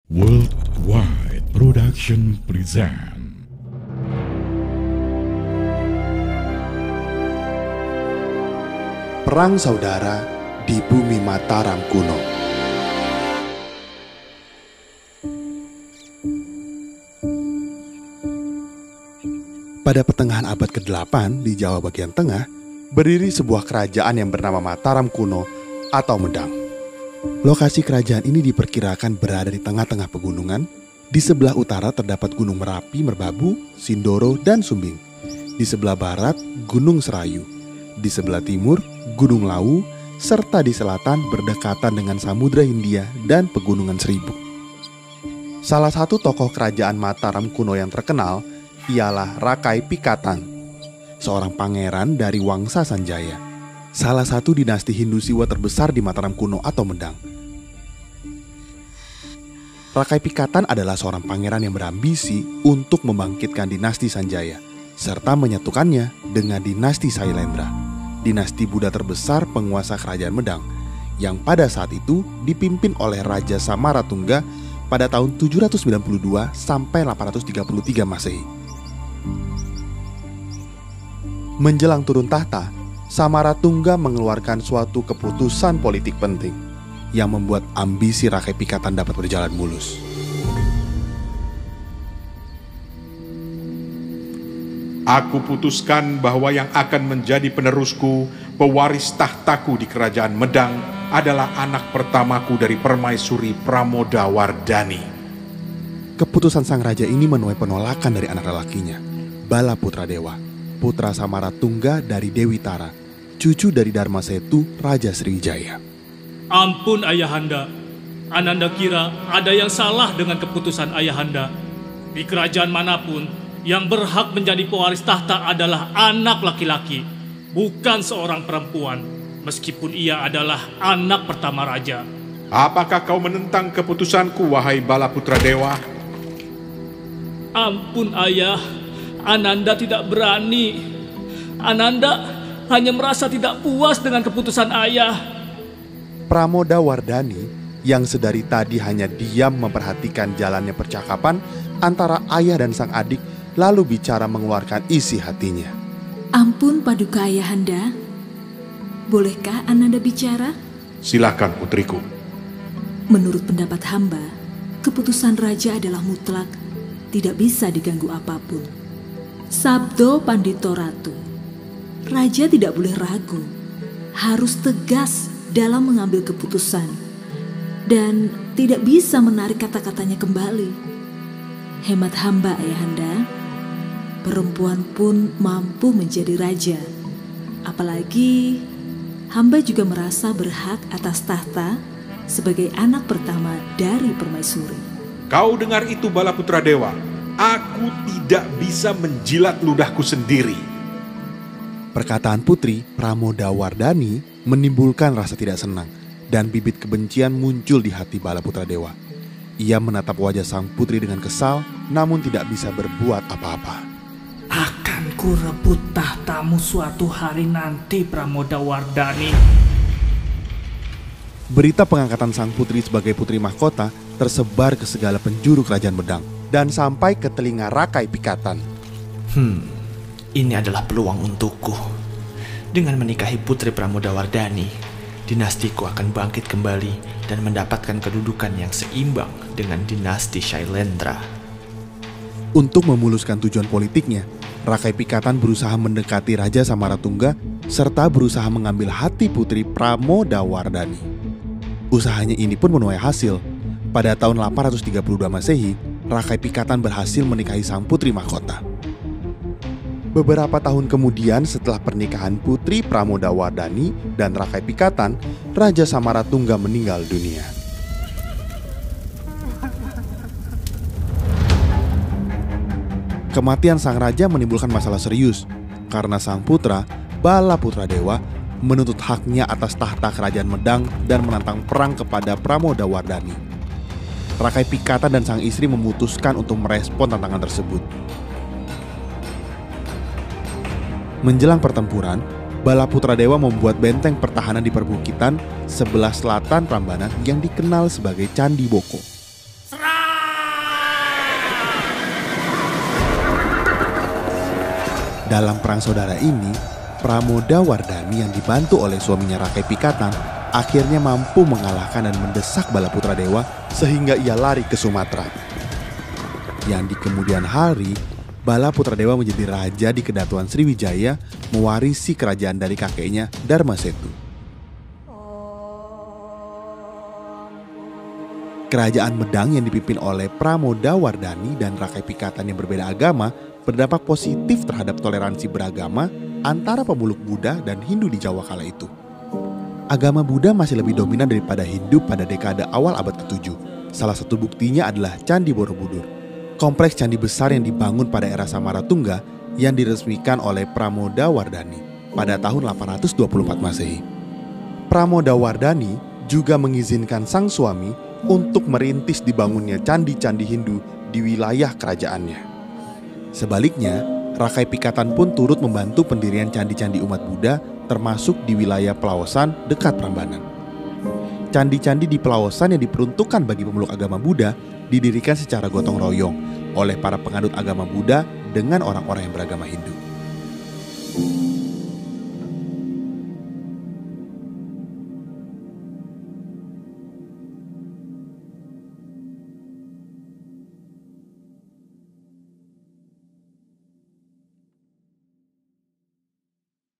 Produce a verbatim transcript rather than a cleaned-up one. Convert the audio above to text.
Worldwide Production present. Perang Saudara di Bumi Mataram Kuno. Pada pertengahan abad kedelapan di Jawa bagian tengah, berdiri sebuah kerajaan yang bernama Mataram Kuno atau Medang. Lokasi kerajaan ini diperkirakan berada di tengah-tengah pegunungan. Di sebelah utara terdapat Gunung Merapi, Merbabu, Sindoro, dan Sumbing. Di sebelah barat, Gunung Serayu. Di sebelah timur, Gunung Lawu, serta di selatan berdekatan dengan Samudra Hindia dan Pegunungan Seribu. Salah satu tokoh kerajaan Mataram Kuno yang terkenal ialah Rakai Pikatan, seorang pangeran dari Wangsa Sanjaya, salah satu dinasti Hindu Siwa terbesar di Mataram Kuno atau Medang. Rakai Pikatan adalah seorang pangeran yang berambisi untuk membangkitkan dinasti Sanjaya, serta menyatukannya dengan dinasti Sailendra, dinasti Buddha terbesar penguasa kerajaan Medang, yang pada saat itu dipimpin oleh Raja Samaratungga pada tahun tujuh ratus sembilan puluh dua sampai delapan ratus tiga puluh tiga Masehi. Menjelang turun tahta, Samaratungga mengeluarkan suatu keputusan politik penting yang membuat ambisi Rakai Pikatan dapat berjalan mulus. Aku putuskan bahwa yang akan menjadi penerusku, pewaris tahtaku di kerajaan Medang adalah anak pertamaku dari permaisuri Pramodawardhani. Keputusan sang raja ini menuai penolakan dari anak lelakinya, Balaputradewa, putra Samaratungga dari Dewi Tara, cucu dari Dharmasetu, Raja Sriwijaya. Ampun ayahanda, Ananda kira ada yang salah dengan keputusan ayahanda. Di kerajaan manapun, yang berhak menjadi pewaris tahta adalah anak laki-laki, bukan seorang perempuan, meskipun ia adalah anak pertama raja. Apakah kau menentang keputusanku, wahai Balaputradewa? Ampun ayah, Ananda tidak berani. Ananda hanya merasa tidak puas dengan keputusan ayah. Pramodawardhani yang sedari tadi hanya diam memperhatikan jalannya percakapan antara ayah dan sang adik, lalu bicara mengeluarkan isi hatinya. Ampun Paduka ayahanda, bolehkah Ananda bicara? Silakan putriku. Menurut pendapat hamba, keputusan raja adalah mutlak, tidak bisa diganggu apapun. Sabdo Pandito Ratu, raja tidak boleh ragu, harus tegas dalam mengambil keputusan, dan tidak bisa menarik kata-katanya kembali. Hemat hamba ayahanda, perempuan pun mampu menjadi raja. Apalagi hamba juga merasa berhak atas tahta sebagai anak pertama dari permaisuri. Kau dengar itu Balaputradewa? Aku tidak bisa menjilat ludahku sendiri. Perkataan putri Pramodawardhani menimbulkan rasa tidak senang, dan bibit kebencian muncul di hati Balaputradewa. Ia menatap wajah sang putri dengan kesal, namun tidak bisa berbuat apa-apa. Akan ku rebut tahtamu suatu hari nanti, Pramodawardhani. Berita pengangkatan sang putri sebagai putri mahkota tersebar ke segala penjuru kerajaan Medang dan sampai ke telinga Rakai Pikatan. Hmm, ini adalah peluang untukku. Dengan menikahi putri Pramodawardhani, dinastiku akan bangkit kembali dan mendapatkan kedudukan yang seimbang dengan dinasti Shailendra. Untuk memuluskan tujuan politiknya, Rakai Pikatan berusaha mendekati Raja Samaratungga serta berusaha mengambil hati putri Pramodawardhani. Usahanya ini pun menuai hasil. Pada tahun delapan ratus tiga puluh dua Masehi, Rakai Pikatan berhasil menikahi sang putri mahkota. Beberapa tahun kemudian setelah pernikahan putri Pramodawardhani dan Rakai Pikatan, Raja Samaratungga meninggal dunia. Kematian sang raja menimbulkan masalah serius karena sang putra, Balaputradewa, menuntut haknya atas tahta kerajaan Medang dan menantang perang kepada Pramodawardhani. Rakai Pikatan dan sang istri memutuskan untuk merespon tantangan tersebut. Menjelang pertempuran, Balaputradewa membuat benteng pertahanan di perbukitan sebelah selatan Prambanan yang dikenal sebagai Candi Boko. Serang! Dalam perang saudara ini, Pramodawardhani yang dibantu oleh suaminya Rakai Pikatan akhirnya mampu mengalahkan dan mendesak bala putra dewa sehingga ia lari ke Sumatera. Yang di kemudian hari, bala putra dewa menjadi raja di Kedatuan Sriwijaya, mewarisi kerajaan dari kakeknya Dharmasetu. Kerajaan Medang yang dipimpin oleh Pramodawardhani dan Rakai Pikatan yang berbeda agama berdampak positif terhadap toleransi beragama antara pemeluk Buddha dan Hindu di Jawa kala itu. Agama Buddha masih lebih dominan daripada Hindu pada dekade awal abad ketujuh. Salah satu buktinya adalah Candi Borobudur, kompleks candi besar yang dibangun pada era Samaratungga yang diresmikan oleh Pramodawardhani pada tahun delapan ratus dua puluh empat Masehi. Pramodawardhani juga mengizinkan sang suami untuk merintis dibangunnya candi-candi Hindu di wilayah kerajaannya. Sebaliknya, Rakai Pikatan pun turut membantu pendirian candi-candi umat Buddha termasuk di wilayah Pelawasan dekat Prambanan. Candi-candi di Pelawasan yang diperuntukkan bagi pemeluk agama Buddha didirikan secara gotong royong oleh para penganut agama Buddha dengan orang-orang yang beragama Hindu.